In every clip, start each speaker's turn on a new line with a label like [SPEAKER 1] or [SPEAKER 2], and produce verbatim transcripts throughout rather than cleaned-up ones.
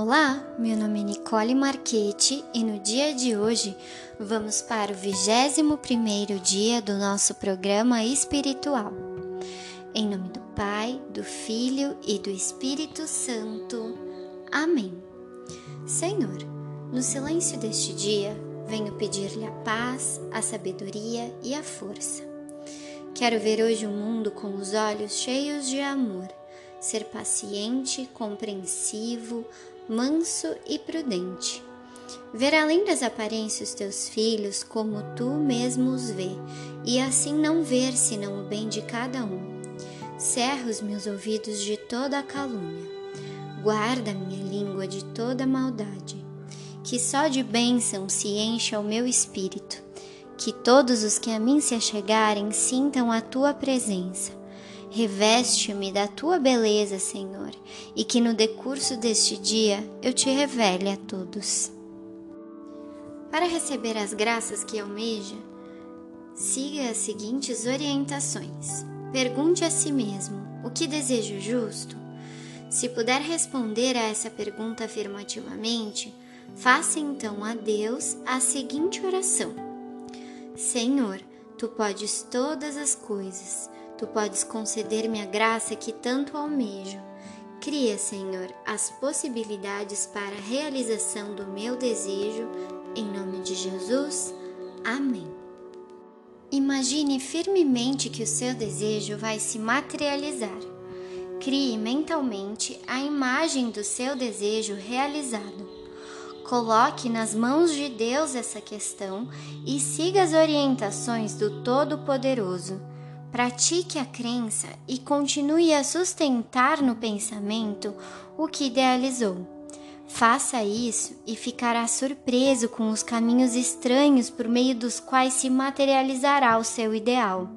[SPEAKER 1] Olá, meu nome é Nicole Marchetti e no dia de hoje vamos para o vigésimo primeiro dia do nosso programa espiritual. Em nome do Pai, do Filho e do Espírito Santo. Amém. Senhor, no silêncio deste dia, venho pedir-lhe a paz, a sabedoria e a força. Quero ver hoje o mundo com os olhos cheios de amor, ser paciente, compreensivo, manso e prudente. Ver além das aparências teus filhos como tu mesmo os vê, e assim não ver senão o bem de cada um. Cerra os meus ouvidos de toda a calúnia. Guarda minha língua de toda maldade. Que só de bênção se encha o meu espírito. Que todos os que a mim se achegarem sintam a tua presença. Reveste-me da tua beleza, Senhor, e que no decurso deste dia eu te revele a todos. Para receber as graças que almeja, siga as seguintes orientações. Pergunte a si mesmo: o que desejo justo? Se puder responder a essa pergunta afirmativamente, faça então a Deus a seguinte oração: Senhor, tu podes todas as coisas. Tu podes conceder-me a graça que tanto almejo. Cria, Senhor, as possibilidades para a realização do meu desejo. Em nome de Jesus. Amém. Imagine firmemente que o seu desejo vai se materializar. Crie mentalmente a imagem do seu desejo realizado. Coloque nas mãos de Deus essa questão e siga as orientações do Todo-Poderoso. Pratique a crença e continue a sustentar no pensamento o que idealizou. Faça isso e ficará surpreso com os caminhos estranhos por meio dos quais se materializará o seu ideal.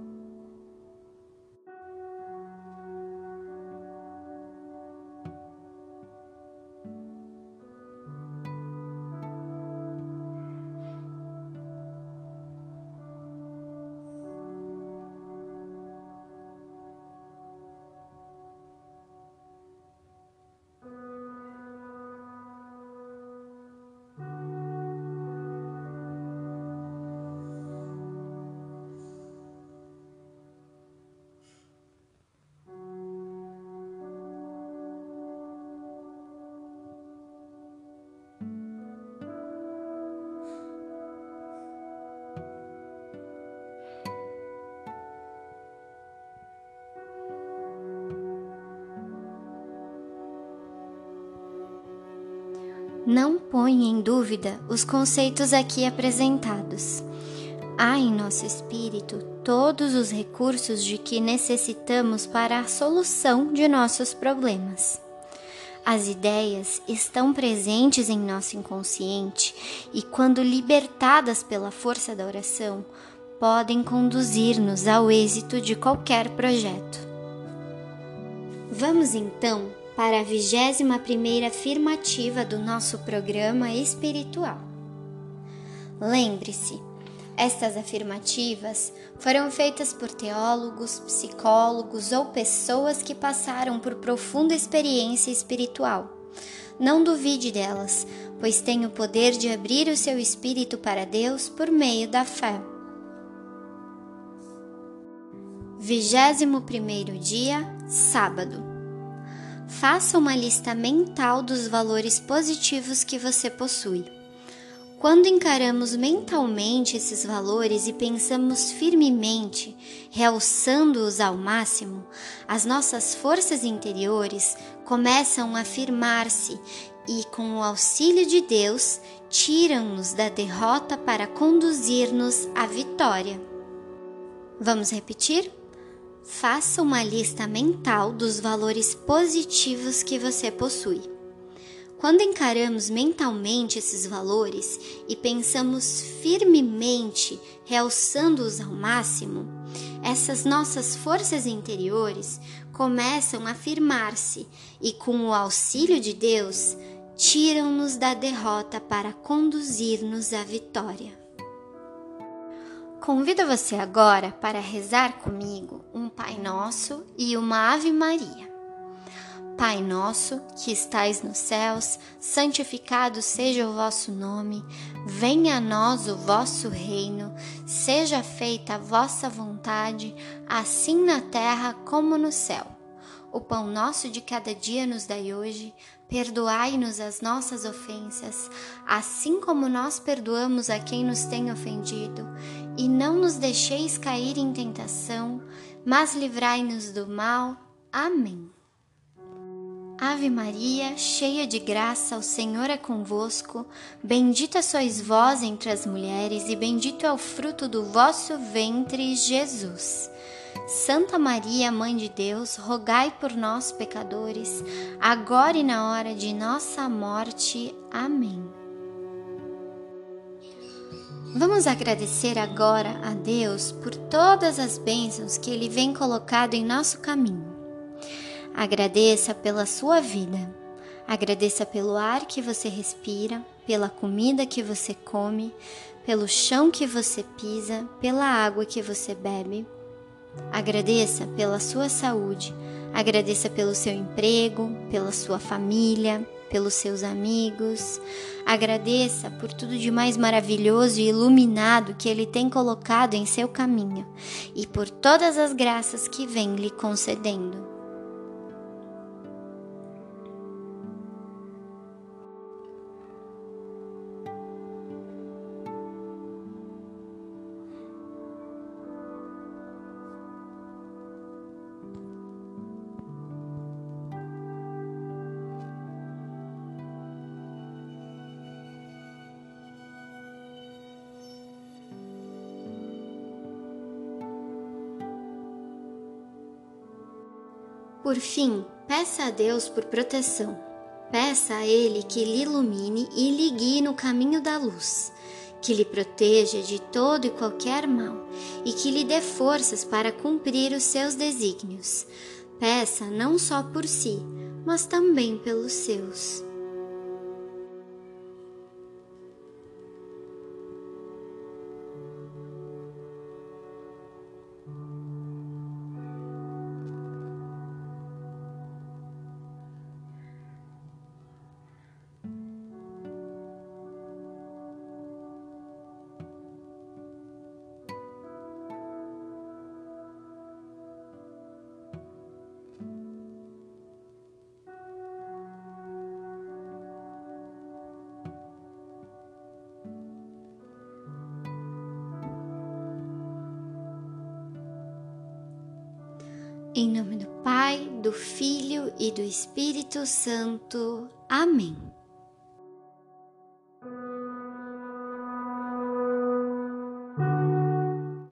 [SPEAKER 1] Não ponha em dúvida os conceitos aqui apresentados. Há em nosso espírito todos os recursos de que necessitamos para a solução de nossos problemas. As ideias estão presentes em nosso inconsciente e, quando libertadas pela força da oração, podem conduzir-nos ao êxito de qualquer projeto. Vamos então para a vigésima primeira afirmativa do nosso programa espiritual. Lembre-se, estas afirmativas foram feitas por teólogos, psicólogos ou pessoas que passaram por profunda experiência espiritual. Não duvide delas, pois tem o poder de abrir o seu espírito para Deus por meio da fé. vigésimo primeiro dia, sábado. Faça uma lista mental dos valores positivos que você possui. Quando encaramos mentalmente esses valores e pensamos firmemente, realçando-os ao máximo, as nossas forças interiores começam a firmar-se e, com o auxílio de Deus, tiram-nos da derrota para conduzir-nos à vitória. Vamos repetir? Faça uma lista mental dos valores positivos que você possui. Quando encaramos mentalmente esses valores e pensamos firmemente, realçando-os ao máximo, essas nossas forças interiores começam a firmar-se e, com o auxílio de Deus, tiram-nos da derrota para conduzir-nos à vitória. Convido você agora para rezar comigo um Pai Nosso e uma Ave Maria. Pai nosso, que estais nos céus, santificado seja o vosso nome, venha a nós o vosso reino, seja feita a vossa vontade, assim na terra como no céu. O pão nosso de cada dia nos dai hoje, perdoai-nos as nossas ofensas, assim como nós perdoamos a quem nos tem ofendido, e não nos deixeis cair em tentação, mas livrai-nos do mal. Amém. Ave Maria, cheia de graça, o Senhor é convosco, bendita sois vós entre as mulheres, e bendito é o fruto do vosso ventre, Jesus. Santa Maria, Mãe de Deus, rogai por nós, pecadores, agora e na hora de nossa morte. Amém. Vamos agradecer agora a Deus por todas as bênçãos que Ele vem colocado em nosso caminho. Agradeça pela sua vida, agradeça pelo ar que você respira, pela comida que você come, pelo chão que você pisa, pela água que você bebe. Agradeça pela sua saúde, agradeça pelo seu emprego, pela sua família, pelos seus amigos. Agradeça por tudo de mais maravilhoso e iluminado que Ele tem colocado em seu caminho e por todas as graças que vem lhe concedendo. Por fim, peça a Deus por proteção. Peça a Ele que lhe ilumine e lhe guie no caminho da luz, que lhe proteja de todo e qualquer mal e que lhe dê forças para cumprir os seus desígnios. Peça não só por si, mas também pelos seus. Em nome do Pai, do Filho e do Espírito Santo. Amém.